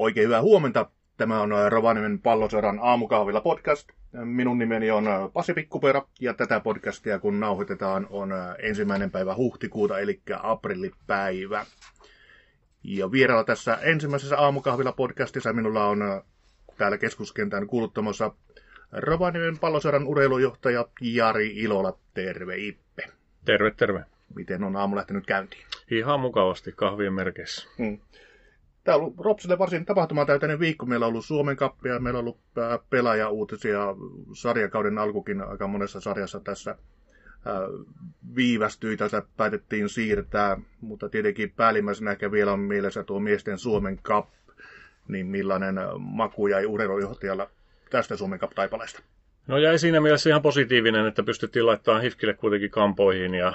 Oikein hyvää huomenta. Tämä on Rovaniemen Palloseuran aamukahvila podcast. Minun nimeni on Pasi Pikkupera ja tätä podcastia kun nauhoitetaan on 1. päivä huhtikuuta eli aprillipäivä. Ja vieraalla tässä ensimmäisessä aamukahvila podcastissa minulla on täällä keskuskentän kuuluttamassa Rovaniemen Palloseuran urheilujohtaja Jari Ilola. Terve Ippe. Terve, terve. Miten on aamu lähtenyt käyntiin? Ihan mukavasti kahvien merkeissä. Tämä on ollut Ropsille varsin tapahtumatäyteinen viikko. Meillä on ollut Suomen kappia, meillä on ollut pelaajauutisia, sarjakauden alkukin aika monessa sarjassa tässä viivästyi, tässä päätettiin siirtää, mutta tietenkin päällimmäisenä ehkä vielä on mielessä tuo miesten Suomen Cup, niin millainen maku jäi urheilujohtajalla tästä Suomen Cup-taipaleesta? No jäi siinä mielessä ihan positiivinen, että pystyttiin laittamaan HIFKille kuitenkin kampoihin ja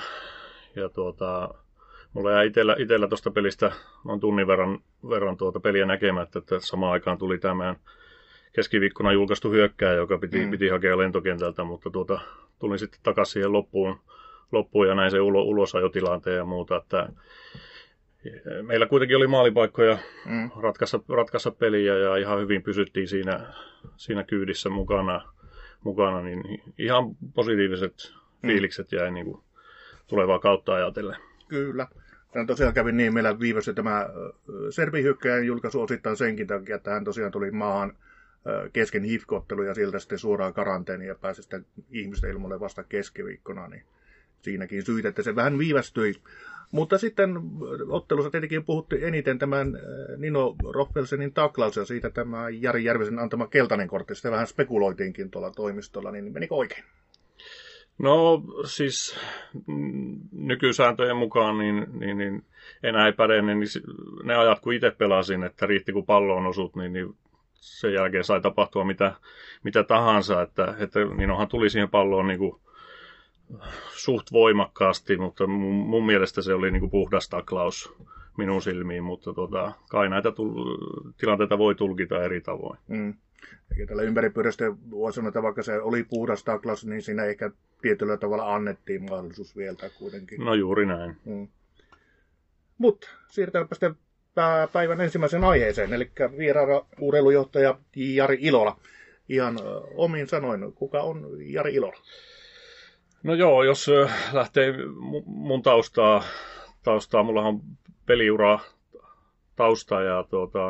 mulla jäi itsellä tuosta pelistä noin tunnin verran peliä näkemättä, että samaan aikaan tuli tämä keskiviikkona julkaistu hyökkääjä, joka piti hakea lentokentältä, mutta tulin sitten takaisin siihen loppuun ja näin se ulosajotilanteen ja muuta. Että meillä kuitenkin oli maalipaikkoja ratkaista peliä ja ihan hyvin pysyttiin siinä kyydissä mukana, niin ihan positiiviset fiilikset jäi niin kuin tulevaa kautta ajatellen. Kyllä. Tämä tosiaan kävi niin, meillä viiväsi tämä Serbi-hyökkääjän julkaisu osittain senkin takia, että hän tosiaan tuli maahan kesken HIFK-ottelu ja sieltä sitten suoraan karanteeniin ja pääsi sitten ihmisten ilmoille vasta keskiviikkona, niin siinäkin syytä, että se vähän viivästyi. Mutta sitten ottelussa tietenkin puhuttiin eniten tämän Nino Roffelsenin taklaus ja siitä tämä Jari Järvisen antama keltainen kortti. Sitä vähän spekuloitiinkin tuolla toimistolla, niin menikö oikein? No siis nykysääntöjen mukaan niin enää ei päde, niin ne ajat kun itse pelasin, että riitti kun palloon osut, niin sen jälkeen sai tapahtua mitä tahansa, että Ninohan tuli siihen palloon niin kuin suht voimakkaasti, mutta mun mielestä se oli niin kuin puhdas taklaus minun silmiin, mutta kai näitä tilanteita voi tulkita eri tavoin. Eikä tällä ympäripyörästä voi sanoa, että vaikka se oli puhdas taklaus, niin siinä ehkä tietyllä tavalla annettiin mahdollisuus vielä kuitenkin. No juuri näin. Mutta siirrytäänpä sitten päivän ensimmäisen aiheeseen, eli vieraana urheilujohtaja Jari Ilola. Ihan omin sanoin, kuka on Jari Ilola? No joo, jos lähtee mun taustaa, mulla on peliura tausta ja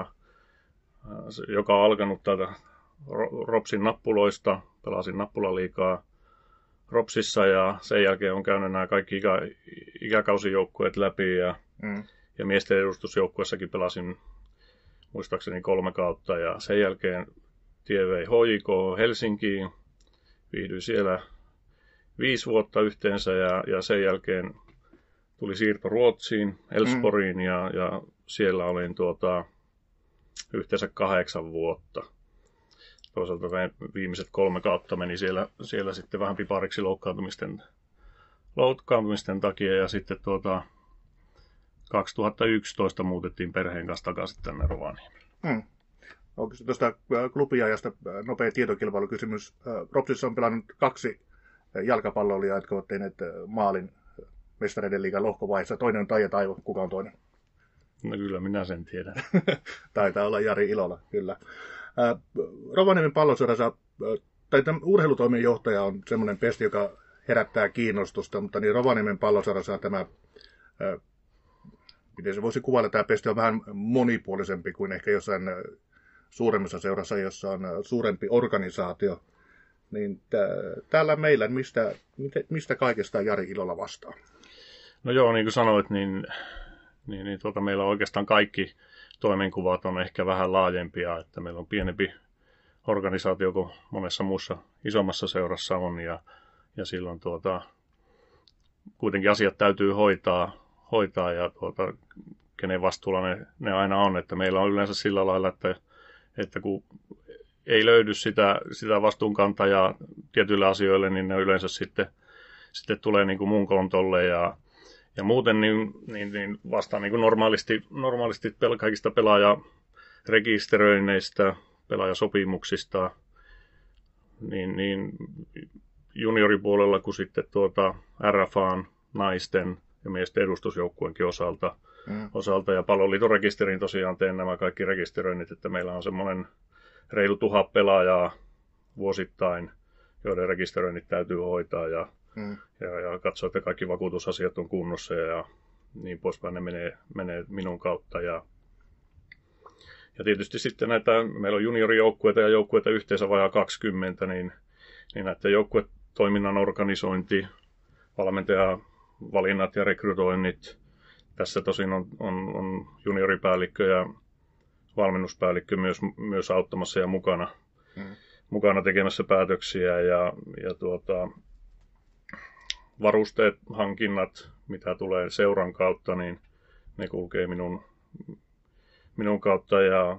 joka on alkanut täältä Ropsin nappuloista. Pelasin nappulaliigaa Ropsissa ja sen jälkeen on käynyt nämä kaikki ikäkausijoukkueet läpi ja miesten edustusjoukkueessakin pelasin muistaakseni 3 kautta ja sen jälkeen tie vei HJK Helsinkiin. Viihdyin siellä 5 vuotta yhteensä ja sen jälkeen tuli siirto Ruotsiin, Elfsborgiin ja siellä olin yhteensä 8 vuotta. Toisaalta viimeiset 3 kautta meni siellä sitten vähän pipariksi loukkaantumisten takia ja sitten 2011 muutettiin perheen kanssa takaisin tänne Rovaniemelle. Onko se tuosta klubiajasta nopea tietokilpailukysymys? Ropsissa on pelannut 2 jalkapalloilijaa, jotka ovat tehneet maalin Mestareiden liigan lohkovaiheessa. Toinen on Taija Taivo. Kuka on toinen? No kyllä minä sen tiedän. Taitaa olla Jari Ilola, kyllä. Rovaniemen Palloseurassa, tai urheilutoimen johtaja on semmoinen pesti, joka herättää kiinnostusta, mutta niin Rovaniemen Palloseurassa tämä, miten se voisi kuvailla, tämä pesti on vähän monipuolisempi kuin ehkä jossain suuremmassa seurassa, jossa on suurempi organisaatio. Niin täällä meillä, mistä kaikesta Jari Ilola vastaa? No joo, niin kuin sanoit, niin meillä on oikeastaan kaikki toimenkuvat on ehkä vähän laajempia, että meillä on pienempi organisaatio kuin monessa muussa isommassa seurassa on ja silloin kuitenkin asiat täytyy hoitaa ja kenen vastuulla ne aina on, että meillä on yleensä sillä lailla, että kun ei löydy sitä vastuunkantajaa tietyille asioille, niin ne yleensä sitten tulee niin kuin mun kontolle ja muuten niin vastaan niin kuin normaalisti kaikista pelaajarekisteröinneistä, pelaajasopimuksista, niin junioripuolella kuin sitten RFAn naisten ja miesten edustusjoukkueenkin osalta. Ja Palloliiton rekisteriin tosiaan teen nämä kaikki rekisteröinnit, että meillä on semmoinen reilu 1000 pelaajaa vuosittain, joiden rekisteröinnit täytyy hoitaa ja katsoa, että kaikki vakuutusasiat on kunnossa ja niin poispäin. Ne menee minun kautta. Ja tietysti sitten meillä on juniorijoukkueita ja joukkueita yhteensä vajaa 20, niin näiden joukkuetoiminnan organisointi, valmentajavalinnat ja rekrytoinnit. Tässä tosin on junioripäällikkö ja valmennuspäällikkö myös auttamassa ja mukana tekemässä päätöksiä ja varusteet, hankinnat, mitä tulee seuran kautta, niin ne kulkee minun kautta ja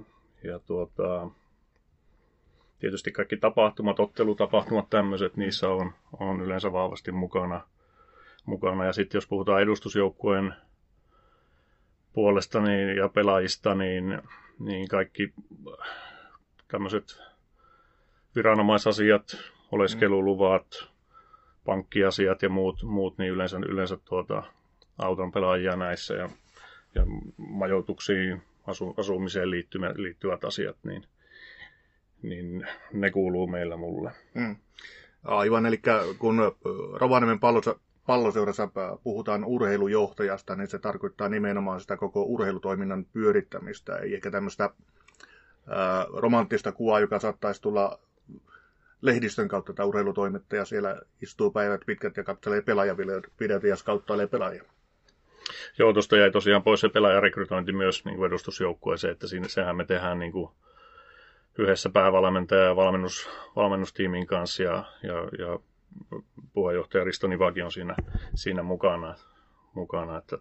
tietysti kaikki tapahtumat, ottelutapahtumat, tämmöiset, niissä on yleensä vahvasti mukana. Ja sitten jos puhutaan edustusjoukkueen puolesta ja pelaajista, niin kaikki tämmöiset viranomaisasiat, oleskeluluvat, pankkiasiat ja muut niin yleensä auton pelaajia näissä ja majoituksiin, asumiseen liittyvät asiat, niin ne kuuluu meillä mulle. Aivan, eli kun Rovaniemen Palloseurassa puhutaan urheilujohtajasta, niin se tarkoittaa nimenomaan sitä koko urheilutoiminnan pyörittämistä, ei ehkä tämmöistä romanttista kuvaa, joka saattaisi tulla lehdistön kautta, tai urheilutoimittaja siellä istuu päivät pitkät ja katselee pelaajavideoita ja skauttailee pelaajia. Joo, tuosta jäi tosiaan pois se pelaajarekrytointi myös niin kuin edustusjoukkueeseen, että sehän me tehdään niin kuin yhdessä päävalmentaja ja valmennustiimin kanssa ja puheenjohtaja Risto Nivakin on siinä mukana että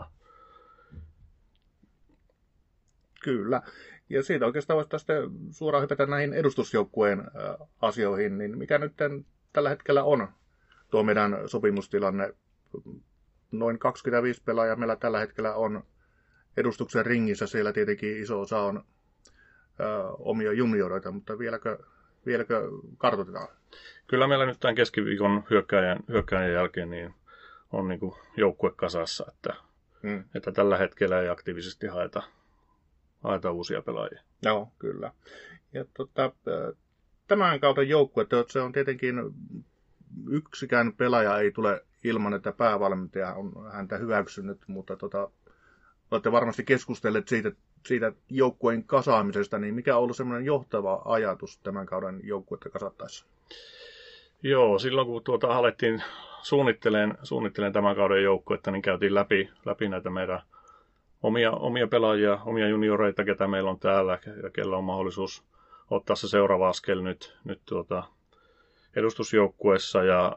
Kyllä. Ja siitä oikeastaan voisi sitten suoraan hypätä näihin edustusjoukkueen asioihin, niin mikä nyt tällä hetkellä on tuo meidän sopimustilanne? Noin 25 pelaajaa meillä tällä hetkellä on edustuksen ringissä. Siellä tietenkin iso osa on omia junioreita, mutta vieläkö kartoitetaan? Kyllä meillä nyt tämän keskiviikon hyökkääjän jälkeen niin on niin kuin joukkue kasassa, että tällä hetkellä ei aktiivisesti haeta uusia pelaajia. Joo, kyllä. Ja tämän kauden joukkue, se on tietenkin yksikään pelaaja ei tule ilman, että päävalmentaja on häntä hyväksynyt, mutta olette varmasti keskustelleet siitä joukkueen kasaamisesta, niin mikä on ollut semmoinen johtava ajatus tämän kauden joukkuetta kasattaessa? Joo, silloin kun alettiin suunnittelemaan tämän kauden joukkuetta, niin käytiin läpi näitä meidän omia pelaajia, omia junioreita, ketä meillä on täällä ja kellä on mahdollisuus ottaa se seuraava askel nyt edustusjoukkueessa ja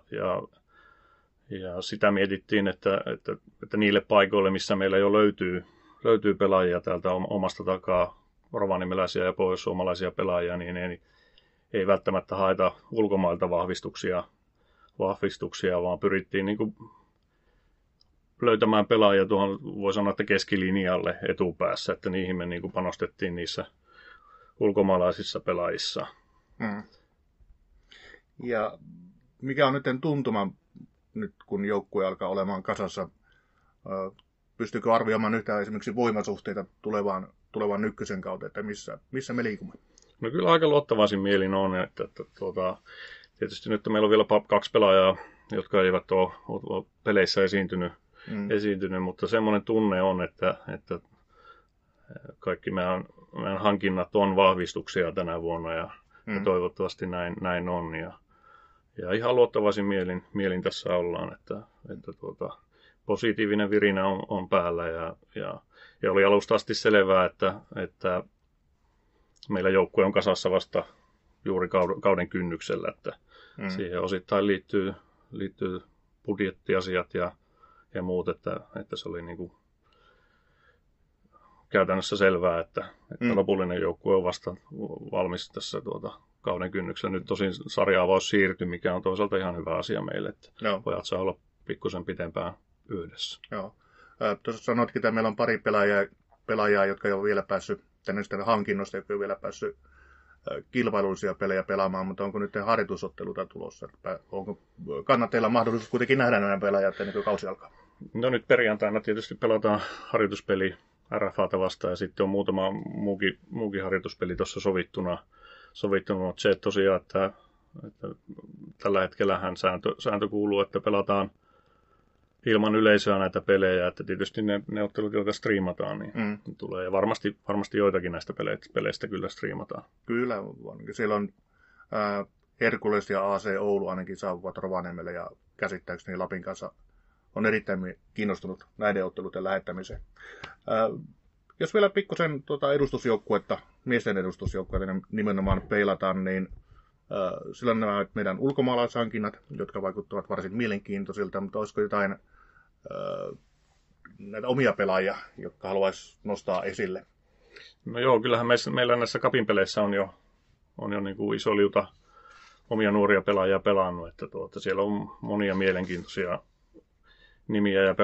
sitä mietittiin, että niille paikoille, missä meillä jo löytyy pelaajia täältä omasta takaa, rovaniemeläisiä ja pohjoissuomalaisia pelaajia, niin ei välttämättä haeta ulkomailta vahvistuksia, vaan pyrittiin niin kuin löytämään pelaajia tuohon, voi sanoa, että keskilinjalle etupäässä, että niihin me niin kuin panostettiin niissä ulkomaalaisissa pelaajissa. Ja mikä on nyt tuntuma, nyt kun joukkue alkaa olemaan kasassa? Pystyykö arvioimaan yhtään esimerkiksi voimasuhteita tulevaan ykkösen kautta, että missä me liikumme? No kyllä aika luottavaisin mielin on, että tietysti nyt meillä on vielä 2 pelaajaa, jotka eivät ole peleissä esiintynyt, mutta semmoinen tunne on, että kaikki meidän hankinnat on vahvistuksia tänä vuonna ja toivottavasti näin on. Ja ihan luottavaisin mielin tässä ollaan, että positiivinen virinä on päällä ja oli alusta asti selvää, että meillä joukkue on kasassa vasta juuri kauden kynnyksellä, että siihen osittain liittyy budjettiasiat ja muut, että se oli niin kuin käytännössä selvää, että lopullinen joukkue on vasta valmis tässä kauden kynnyksellä. Nyt tosin sarja-avaus siirtyi, mikä on toisaalta ihan hyvä asia meille, että pojat saa olla pikkusen pitempään yhdessä. Joo. Tuossa sanoitkin, että meillä on pari pelaajaa, jotka ei ole vielä päässyt tänne hankinnosta, jotka ei ole vielä päässyt kilpailullisia pelejä pelaamaan, mutta onko nyt harjoitusotteluita tulossa? Onko kannatteilla mahdollisuus kuitenkin nähdä nämä pelaajat ennen kuin kausi alkaa? No nyt perjantaina tietysti pelataan harjoituspeli RFAta vastaan ja sitten on muutama muukin harjoituspeli tuossa sovittuna. Se tosiaan, että tällä hetkellähän sääntö kuuluu, että pelataan ilman yleisöä näitä pelejä, että tietysti ne ottelut, joita striimataan, niin tulee. Ja varmasti joitakin näistä peleistä kyllä striimataan. Kyllä, siellä on Herkules ja AC Oulu ainakin saavuvat Rovaniemelle ja käsittääkseni Lapin kanssa on erittäin kiinnostunut näiden otteluiden lähettämiseen. Jos vielä pikkusen edustusjoukkuetta, miesten edustusjoukkuetta nimenomaan peilataan, niin sillä on nämä meidän ulkomaalaishankinnat, jotka vaikuttavat varsin mielenkiintoisilta, mutta olisiko jotain näitä omia pelaajia, jotka haluaisi nostaa esille? No joo, kyllähän meillä näissä Cupin peleissä on jo niin kuin iso liuta omia nuoria pelaajia pelannut, että siellä on monia mielenkiintoisia nimiä ja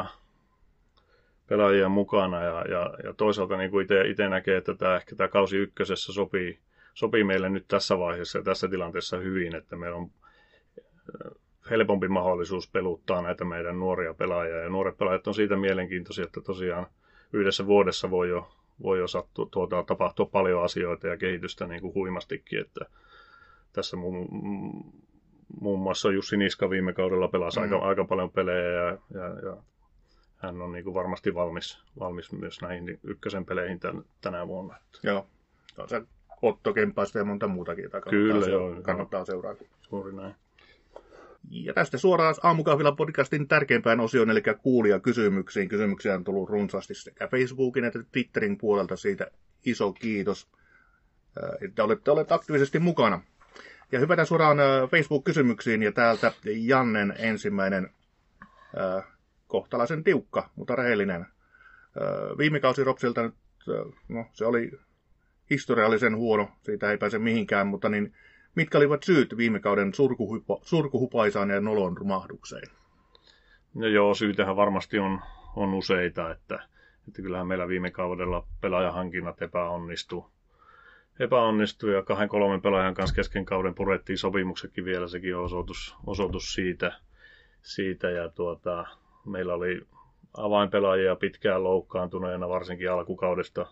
pelaajia mukana ja toisaalta niin kuin itse näkee, että tämä kausi ykkösessä sopii meille nyt tässä vaiheessa ja tässä tilanteessa hyvin, että meillä on helpompi mahdollisuus peluttaa näitä meidän nuoria pelaajia. Ja nuoret pelaajat on siitä mielenkiintoisia, että tosiaan yhdessä vuodessa voi jo tapahtua paljon asioita ja kehitystä niin kuin huimastikin. Että tässä muun muassa Jussi Niska viime kaudella pelasi aika paljon pelejä ja hän on niin kuin varmasti valmis myös näihin ykkösen peleihin tänä vuonna. Joo, se Otto Kempaista ja monta muutakin, jota kannattaa seurata. Juuri näin. Ja tästä suoraan Aamukahvila-podcastin tärkeimpään osioon, eli kuulijakysymyksiin. Kysymyksiä on tullut runsaasti sekä Facebookin että Twitterin puolelta. Siitä iso kiitos, että olette aktiivisesti mukana. Ja hypätään suoraan Facebook-kysymyksiin, ja täältä Jannen ensimmäinen kohtalaisen tiukka, mutta rehellinen. Viime kausi Ropsilta nyt, se oli historiallisen huono, siitä ei pääse mihinkään, mutta niin, mitkä olivat syyt viime kauden surkuhupaisaan ja nolon romahdukseen? No joo, syytähän varmasti on useita, että kyllähän meillä viime kaudella pelaajahankinnat epäonnistui ja 2-3 pelaajan kanssa kesken kauden purettiin sopimuksetkin vielä, sekin on osoitus siitä ja meillä oli avainpelaajia pitkään loukkaantuneena, varsinkin alkukaudesta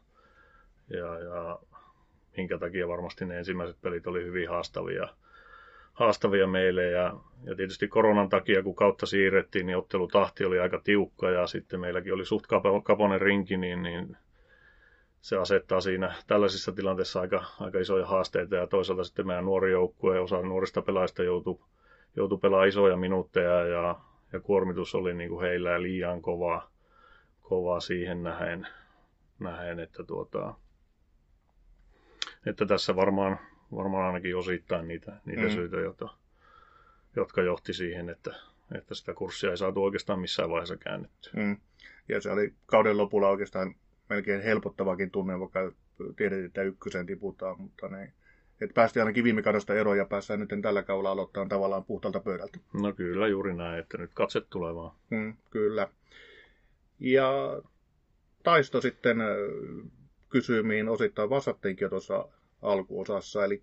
ja minkä takia varmasti ne ensimmäiset pelit oli hyvin haastavia meille ja tietysti koronan takia, kun kautta siirrettiin, niin ottelutahti oli aika tiukka ja sitten meilläkin oli suht kaponen rinki, niin se asettaa siinä tällaisissa tilanteissa aika isoja haasteita ja toisaalta sitten meidän nuori joukkue, osa nuorista pelaajista joutui pelaamaan isoja minuutteja ja kuormitus oli niin kuin heillä liian kova siihen nähen että tässä varmaan ainakin osittain niitä syitä, jotka johti siihen, että sitä kurssia ei saatu oikeastaan missään vaiheessa käännettyä. Ja se oli kauden lopulla oikeastaan melkein helpottavakin tunne, vaikka tiedettiin, että ykkösen tiputaan, mutta ne, että päästiin ainakin viime kaudesta eroon ja päästään nyt tällä kaudella aloittamaan tavallaan puhtaalta pöydältä. No kyllä, juuri näin, että nyt katse tulevaan. Kyllä. Ja Taisto sitten kysyy, mihin osittain vastattiinkin jo tuossa alkuosassa, eli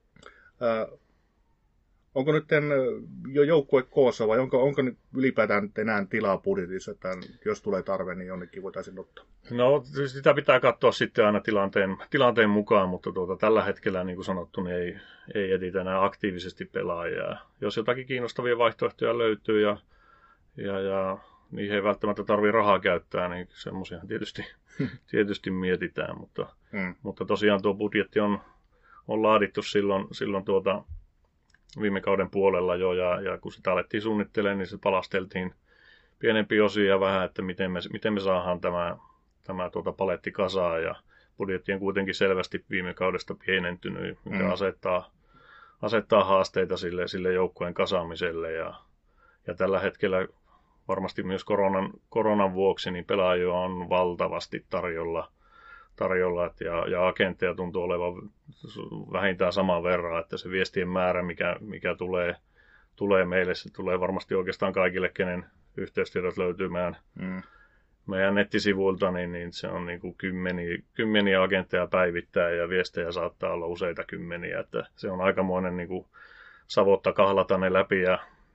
onko nyt jo joukkue koossa vai onko nyt ylipäätään enää tilaa budjetissa, että jos tulee tarve, niin jonnekin voitaisiin ottaa? No sitä pitää katsoa sitten aina tilanteen mukaan, mutta tällä hetkellä niin kuin sanottu, niin ei etitä enää aktiivisesti pelaajia. Jos jotakin kiinnostavia vaihtoehtoja löytyy ja niihin ei välttämättä tarvitse rahaa käyttää, niin semmoisia tietysti mietitään, mutta tosiaan tuo budjetti on laadittu silloin viime kauden puolella jo, ja kun sitä alettiin suunnittelemaan, niin se palasteltiin pienempiä osia vähän, että miten me saadaan tämä paletti kasaan, ja budjetti on kuitenkin selvästi viime kaudesta pienentynyt, mikä asettaa haasteita sille joukkueen kasaamiselle, ja tällä hetkellä varmasti myös koronan vuoksi niin pelaajia on valtavasti tarjolla ja agentteja tuntuu olevan vähintään saman verran, että se viestien määrä, mikä tulee meille, se tulee varmasti oikeastaan kaikille, kenen yhteystiedot löytyy meidän nettisivuilta, niin se on niin kuin kymmeniä agentteja päivittäin ja viestejä saattaa olla useita kymmeniä, että se on aikamoinen niin kuin savotta kahlata ne läpi ja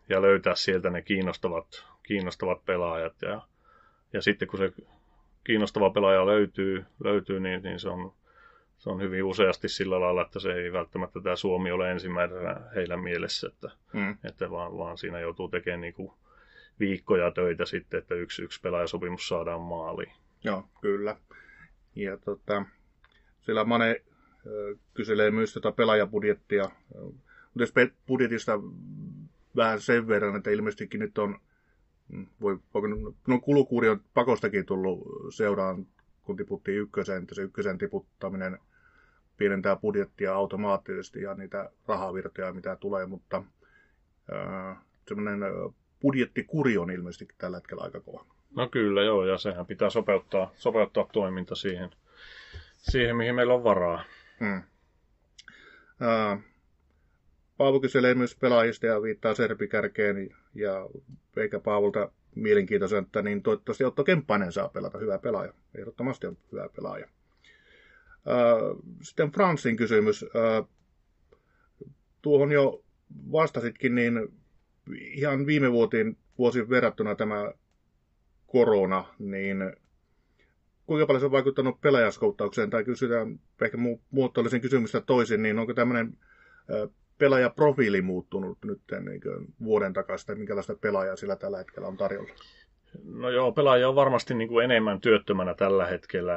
ja löytää sieltä ne kiinnostavat pelaajat. Ja sitten kun se kiinnostava pelaaja löytyy niin se on hyvin useasti sillä lailla, että se ei välttämättä tämä Suomi ole ensimmäisenä heidän mielessä, että vaan siinä joutuu tekemään niin kuin viikkoja töitä sitten, että yksi pelaajasopimus saadaan maaliin. Joo, kyllä. Ja sillä Mane kyselee myös pelaajabudjettia. Mutta jos budjetista vähän sen verran, että ilmeisestikin nyt on, kulukuuri on pakostakin tullut seuraan, kun tiputtiin ykköseen, että se ykkösen tiputtaminen pienentää budjettia automaattisesti ja niitä rahavirtoja, mitä tulee, mutta semmoinen budjettikuri on ilmeisesti tällä hetkellä aika kova. No kyllä joo, ja sehän pitää sopeuttaa toiminta siihen mihin meillä on varaa. Paavo kyselee myös pelaajista ja viittaa Serbi-kärkeen, ja eikä Paavolta mielenkiintoisen, että niin toivottavasti Otto Kemppainen saa pelata, hyvä pelaaja. Ehdottomasti on hyvä pelaaja. Sitten Fransin kysymys. Tuohon jo vastasitkin, niin ihan viime vuosiin verrattuna tämä korona, niin kuinka paljon se on vaikuttanut pelaajaskouttaukseen, tai kysytään ehkä muotoilisin kysymystä toisin, niin onko tämmöinen pelaajaprofiili muuttunut nyt niin vuoden takaisin, minkälaista pelaajaa sillä tällä hetkellä on tarjolla? No joo, pelaajia on varmasti niin kuin enemmän työttömänä tällä hetkellä,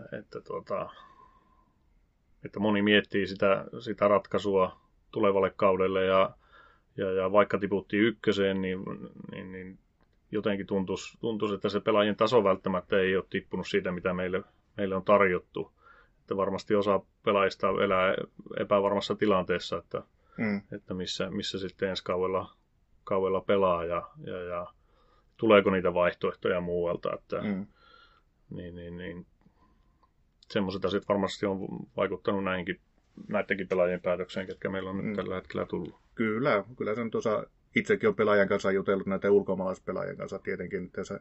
että moni miettii sitä ratkaisua tulevalle kaudelle, ja vaikka tiputtiin ykköseen, niin jotenkin tuntuisi, että se pelaajien taso välttämättä ei ole tippunut siitä, mitä meille on tarjottu. Että varmasti osa pelaajista elää epävarmassa tilanteessa, että missä sitten ensi kaudella pelaa ja tuleeko niitä vaihtoehtoja muualta. Että, niin, semmoiset asiat varmasti on vaikuttanut näidenkin pelaajien päätökseen, ketkä meillä on nyt tällä hetkellä tullut. Kyllä se on tuossa, itsekin on pelaajan kanssa jutellut näitä ulkomaalaispelaajien kanssa tietenkin. Se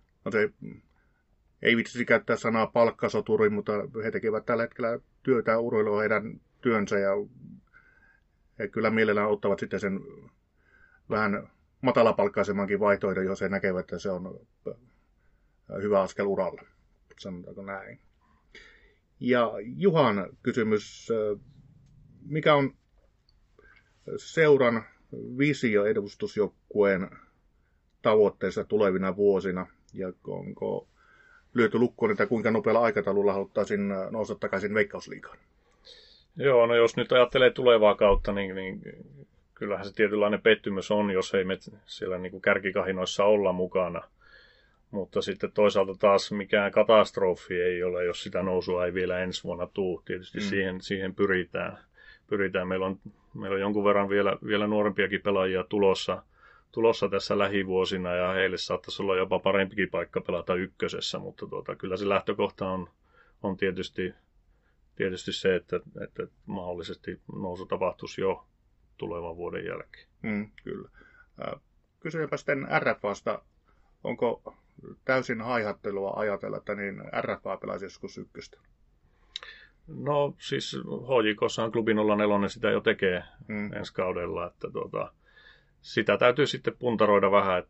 ei vitsisi käyttää sanaa palkkasoturi, mutta he tekevät tällä hetkellä työtä, urheilu on heidän työnsä, ja he kyllä mielellään ottavat sitten sen vähän matalapalkkaisemmankin vaihtoehdon, jos he näkevät, että se on hyvä askel uralla. Sanotaanko näin. Ja Juhan kysymys, mikä on seuran visio edustusjoukkueen tavoitteissa tulevina vuosina, ja onko lyöty lukkoon, että kuinka nopealla aikataululla haluttaisiin nousta takaisin Veikkausliigaan? Joo, no jos nyt ajattelee tulevaa kautta, niin kyllähän se tietynlainen pettymys on, jos ei me siellä niin kuin kärkikahinoissa olla mukana. Mutta sitten toisaalta taas mikään katastrofi ei ole, jos sitä nousua ei vielä ensi vuonna tule. Tietysti siihen pyritään. Meillä on jonkun verran vielä nuorempiakin pelaajia tulossa tässä lähivuosina, ja heille saattaisi olla jopa parempikin paikka pelata ykkösessä, mutta kyllä se lähtökohta on tietysti se, että mahdollisesti nousu tapahtuisi jo tulevan vuoden jälkeen. Kyllä. Kysyäpä sitten RFAsta. Onko täysin haihattelua ajatella, että niin RFA pelaisi joskus ykköstä? No siis HJK:ssahan klubi 04 sitä jo tekee ensi kaudella, että sitä täytyy sitten puntaroida vähän,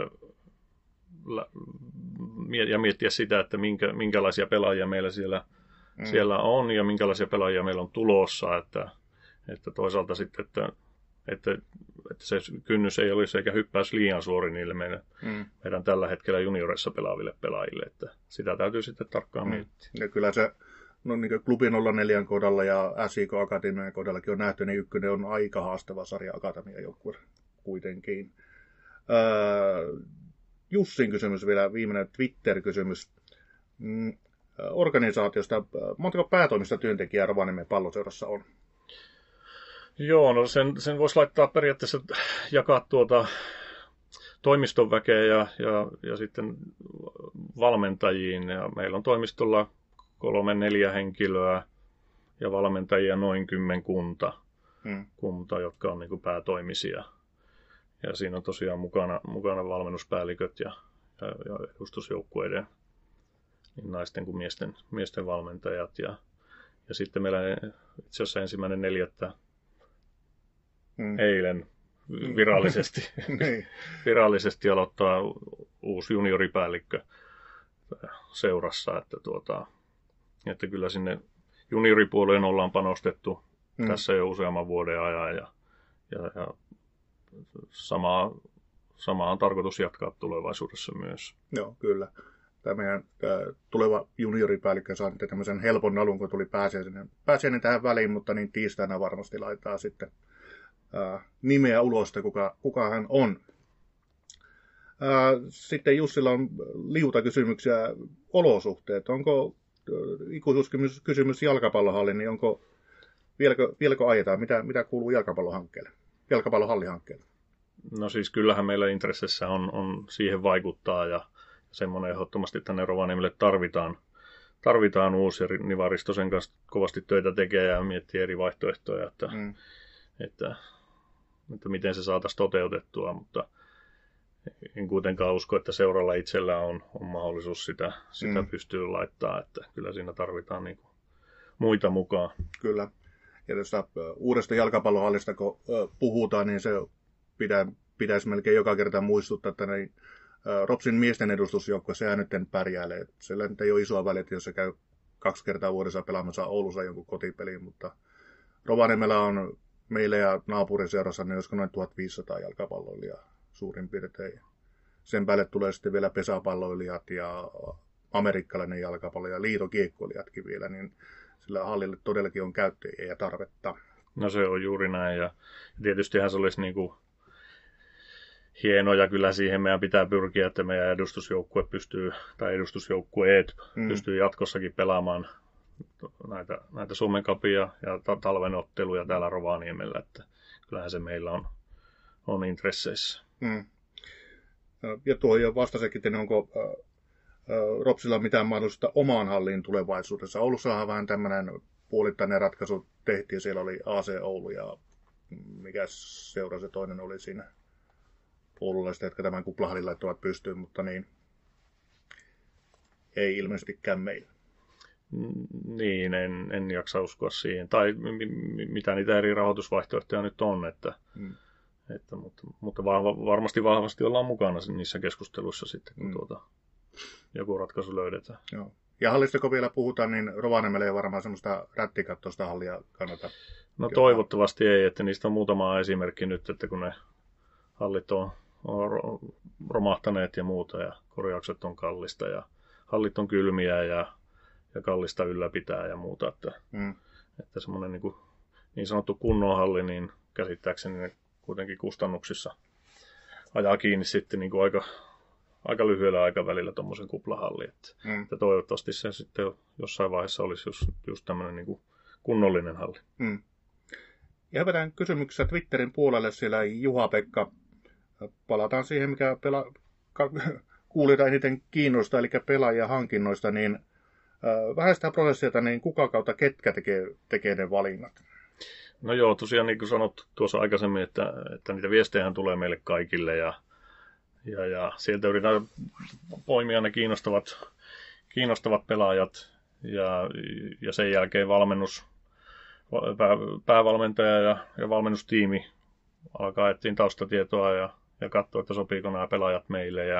ja miettiä sitä, että minkälaisia pelaajia meillä siellä on ja minkälaisia pelaajia meillä on tulossa, että toisaalta sitten, että se kynnys ei olisi eikä hyppäisi liian suuri niille meidän tällä hetkellä junioreissa pelaaville pelaajille, että sitä täytyy sitten tarkkaan miettiä. Ja kyllä se niin klubi 04 kohdalla ja SIK Akatemian kohdallakin on nähty, niin ykkönen on aika haastava sarja Akatemian joukkue kuitenkin. Jussin kysymys vielä, viimeinen Twitter-kysymys. Organisaatiosta, montako päätoimista työntekijää Rovaniemen Palloseurassa on? Joo, no sen voisi laittaa periaatteessa jakaa toimiston väkeä ja sitten valmentajiin. Ja meillä on toimistolla 3-4 henkilöä ja valmentajia noin 10 kunta, jotka on niin kuin päätoimisia. Ja siinä on tosiaan mukana valmennuspäälliköt ja edustusjoukkueiden niin naisten kuin miesten valmentajat. Ja sitten meillä itse asiassa 1.4. eilen virallisesti, Niin. virallisesti aloittaa uusi junioripäällikkö seurassa, että kyllä sinne junioripuoleen ollaan panostettu tässä jo useamman vuoden ajan ja samaa on tarkoitus jatkaa tulevaisuudessa myös. Joo, kyllä. Tämä meidän tuleva junioripäällikkö saa nyt tämmöisen helpon nalun, kun tuli pääsiäinen tähän väliin, mutta niin tiistaina varmasti laittaa sitten nimeä ulos, kuka hän on. Sitten Jussilla on liuta kysymyksiä olosuhteet. Onko ikuisuuskysymys jalkapallohalli, niin onko vieläkö ajetaan? Mitä kuuluu jalkapallohallihankkeelle? No siis kyllähän meillä intressissä on siihen vaikuttaa ja semmoinen ehdottomasti tänne Rovaniemelle tarvitaan uusi ja Niva Ristosen kanssa kovasti töitä tekee ja miettii eri vaihtoehtoja, että miten se saataisiin toteutettua, mutta en kuitenkaan usko, että seuralla itsellä on mahdollisuus sitä pystyy laittaa, että kyllä siinä tarvitaan niin kuin muita mukaan. Kyllä. Ja tuosta uudesta jalkapallohallista, kun puhutaan, niin se pitäisi melkein joka kerta muistuttaa, että Ropsin miesten edustusjoukko, sehän nyt pärjäilee. Sillä nyt ei ole isoa väliä, jos se käy 2 kertaa vuodessa pelaamassa Oulussa jonkun kotipeliin, mutta Rovaniemellä on meillä ja naapuriseurassa, niin olisiko noin 1500 jalkapalloilijaa suurin piirtein. Sen päälle tulee sitten vielä pesäpalloilijat ja amerikkalainen jalkapallo ja liitokiekkoilijatkin vielä, niin sillä hallille todellakin on käyttäjiä ja tarvetta. No se on juuri näin ja tietystihän se olisi niinku hienoa ja kyllä siihen meidän pitää pyrkiä, että meidän edustusjoukkueet pystyy jatkossakin pelaamaan näitä Suomen Cupia ja talven otteluja täällä Rovaniemellä, että kyllähän se meillä on intresseissä. Ja tuo jo vastasekin, että onko Ropsilla mitään mahdollista omaan halliin tulevaisuudessa? Oulussahan vähän tämmöinen puolittainen ratkaisu tehtiin, siellä oli AC Oulu ja mikä seura se toinen oli siinä oululaiset, jotka tämän kuplahallin laittavat pystyyn, mutta niin ei ilmeisestikään meillä. Niin, en jaksa uskoa siihen. Tai mitä niitä eri rahoitusvaihtoehtoja nyt on, mutta varmasti vahvasti ollaan mukana niissä keskusteluissa sitten, kun joku ratkaisu löydetään. Joo. Ja hallista kun vielä puhutaan, niin Rovaniemelle ei varmaan semmoista rättikattoista hallia kannata. No toivottavasti ei, että niistä on muutama esimerkki nyt, että kun ne hallit on romahtaneet ja muuta ja korjaukset on kallista ja hallit on kylmiä ja kallista ylläpitää ja muuta, että semmoinen niin sanottu kunnon halli, niin käsittääkseni ne kuitenkin kustannuksissa ajaa kiinni sitten niin kuin aika lyhyellä aikavälillä tuommoisen kuplahalli, että toivottavasti se sitten jossain vaiheessa olisi just tämmöinen niin kuin kunnollinen halli. Ja hypätään kysymyksessä Twitterin puolelle, siellä Juha-Pekka. Palataan siihen, mikä kuulijoita eniten kiinnostaa, eli pelaajia hankinnoista, niin vähän sitä prosessia, niin kuka kautta ketkä tekee ne valinnat? No joo, tosiaan niin kuin sanottu tuossa aikaisemmin, että niitä viestejä tulee meille kaikille ja sieltä yritetään poimia ne kiinnostavat pelaajat ja sen jälkeen päävalmentaja ja valmennustiimi alkaa etsiä taustatietoa ja katsoa, että sopiiko nämä pelaajat meille ja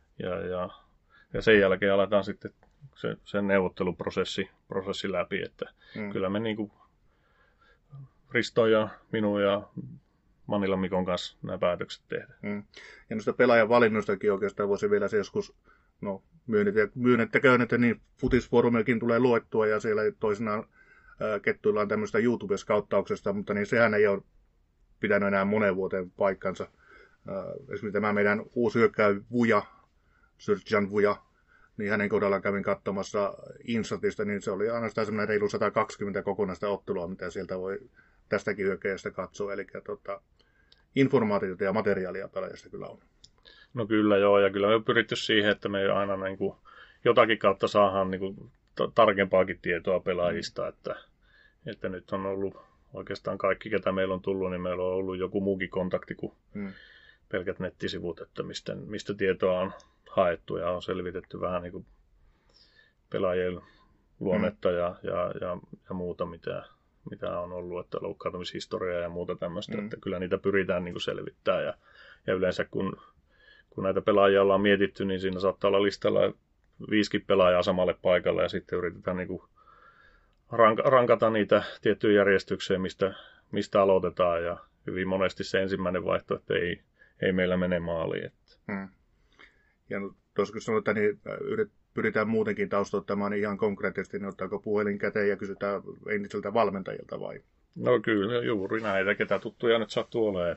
sen jälkeen aletaan sitten sen neuvotteluprosessi läpi, että kyllä me niin kuin Risto ja minun ja Manila Mikon kanssa nämä päätökset tehdään. Ja noista pelaajan valinnoistakin oikeastaan voisi vielä se joskus, myönnettäköön, että niin futisfoorumiakin tulee luettua ja siellä toisinaan kettuillaan tämmöistä YouTube-skauttauksesta, mutta niin sehän ei ole pitänyt enää moneen vuoteen paikkansa. Esimerkiksi tämä meidän uusi hyökkääjä Vuja, Sirjan Vuja, niin hänen kohdallaan kävin katsomassa Insatista, niin se oli ainoastaan semmoinen reilu 120 kokonaista ottelua, mitä sieltä voi tästäkin hyökkääjästä katsoa. Eli informaatiota ja materiaalia pelaajasta kyllä on. No kyllä joo, ja kyllä me on pyritty siihen, että me aina niin kuin jotakin kautta saadaan niin kuin tarkempaakin tietoa pelaajista, että nyt on ollut oikeastaan kaikki, ketä meillä on tullut, niin meillä on ollut joku muukin kontakti kuin pelkät nettisivut, että mistä tietoa on haettu ja on selvitetty vähän niin kuin pelaajien luonnetta ja muuta, mitä on ollut, että loukkaantumishistoriaa ja muuta tämmöistä, että kyllä niitä pyritään niin kuin selvittämään. Ja yleensä kun näitä pelaajia ollaan mietitty, niin siinä saattaa olla listalla 5 pelaajaa samalle paikalle ja sitten yritetään niin kuin rankata niitä tiettyyn järjestykseen, mistä aloitetaan ja hyvin monesti se ensimmäinen vaihtoehto ei meillä mene maaliin. Ja tuossa kun sanotaan, niin pyritään muutenkin taustoittamaan niin ihan konkreettisesti, niin ottaako puhelin käteen ja kysytään entiseltä valmentajilta vai? No kyllä, juuri näitä, ketä tuttuja nyt sattuu olemaan.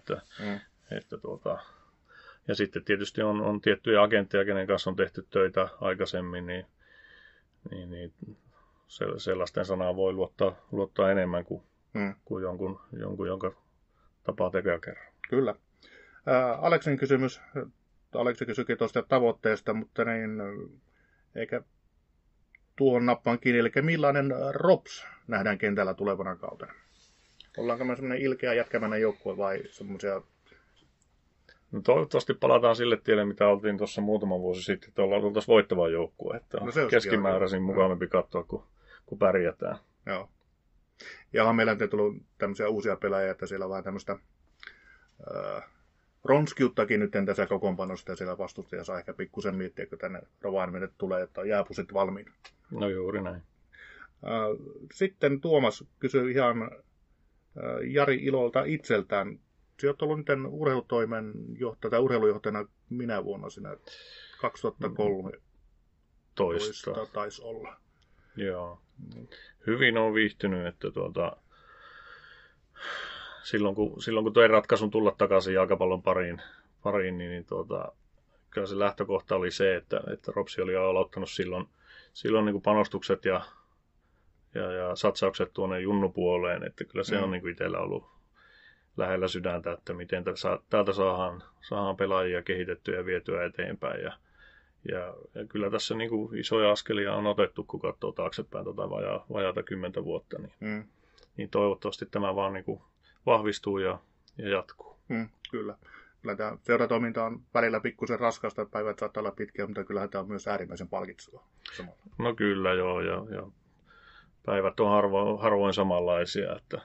Ja sitten tietysti on tiettyjä agentteja, kenen kanssa on tehty töitä aikaisemmin, niin sellaisten sanaa voi luottaa enemmän kuin jonkun, jonka tapaa tekee kerran. Kyllä. Aleksin kysymys. Aleksi kysyikin tuosta tavoitteesta, mutta niin, eikä tuohon nappaan kiinni. Eli millainen ROPS nähdään kentällä tulevana kautena? Ollaanko me semmoinen ilkeä jätkämäinen joukkue vai semmoisia? No toivottavasti palataan sille tielle, mitä oltiin tuossa muutama vuosi sitten, että oltaisiin voittava joukkue. Että on keskimääräisin mukavampi katsoa, kun pärjätään. Joo. Ja on meillä tullut tämmöisiä uusia pelaajia, että siellä on vähän tämmöistä ronskiuttakin nyt tässä kokoonpanosta ja siellä vastustaja saa ehkä pikkusen miettiä, kun tänne Rovaniemelle tulee, että on jääpusit valmiina. No juuri näin. Sitten Tuomas kysyy ihan Jari Ilolta itseltään. Sinä olet ollut nyt urheilutoimen urheilujohtajana minä vuonna sinä 2013 taisi olla. Joo. Hyvin on viihtynyt, että silloin kun toi ratkaisun tulla takaisin jalkapallon pariin niin kyllä se lähtökohta oli se, että Ropsi oli aloittanut silloin niin kuin panostukset ja satsaukset tuonne junnupuoleen, että kyllä se on niin kuin itsellä ollut lähellä sydäntä, että miten täältä saadaan pelaajia kehitettyä ja vietyä eteenpäin. Ja kyllä tässä niin kuin isoja askelia on otettu, kun katsoo taaksepäin vajaata 10 vuotta. Niin toivottavasti tämä vaan niin kuin vahvistuu ja jatkuu. Kyllä. Kyllä tämä seuratoiminta on välillä pikkusen raskasta, päivät saattaa olla pitkiä, mutta kyllähän tämä on myös äärimmäisen palkitsevaa. No kyllä joo, ja päivät on harvoin samanlaisia. Että...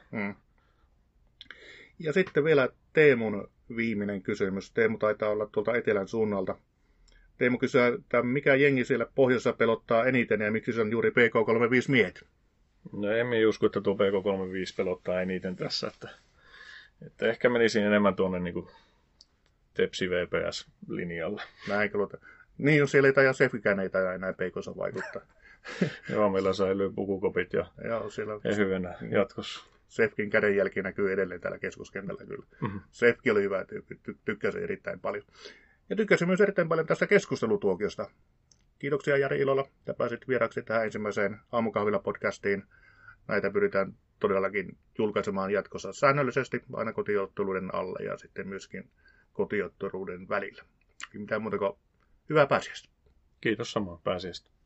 Ja sitten vielä Teemun viimeinen kysymys. Teemu taitaa olla tuolta etelän suunnalta. Teemu kysyy, että mikä jengi siellä pohjoisessa pelottaa eniten ja miksi se on juuri PK35 miehet? No emme usko, että tuo PK35 pelottaa eniten tässä. Että ehkä menisin enemmän tuonne niin kuin Tepsi VPS-linjalle. Näinkö luota? Niin, jos siellä ei taida Sefkikään ei taida enää PK:ssa vaikuttaa. Joo, meillä säilyy pukukopit ja hyvänä jatkossa. Sefkin kädenjälki näkyy edelleen täällä keskuskentällä kyllä. Sefki oli hyvä tyyppi, tykkäsin erittäin paljon. Ja tykkäsin myös erittäin paljon tästä keskustelutuokiosta. Kiitoksia Jari Ilola, että pääsit vieraksi tähän ensimmäiseen Aamukahvila-podcastiin. Näitä pyritään todellakin julkaisemaan jatkossa säännöllisesti, aina kotiotteluiden alle ja sitten myöskin kotiotteluiden välillä. Mitään muuta kuin hyvää pääsiäistä. Kiitos samoin pääsiäistä.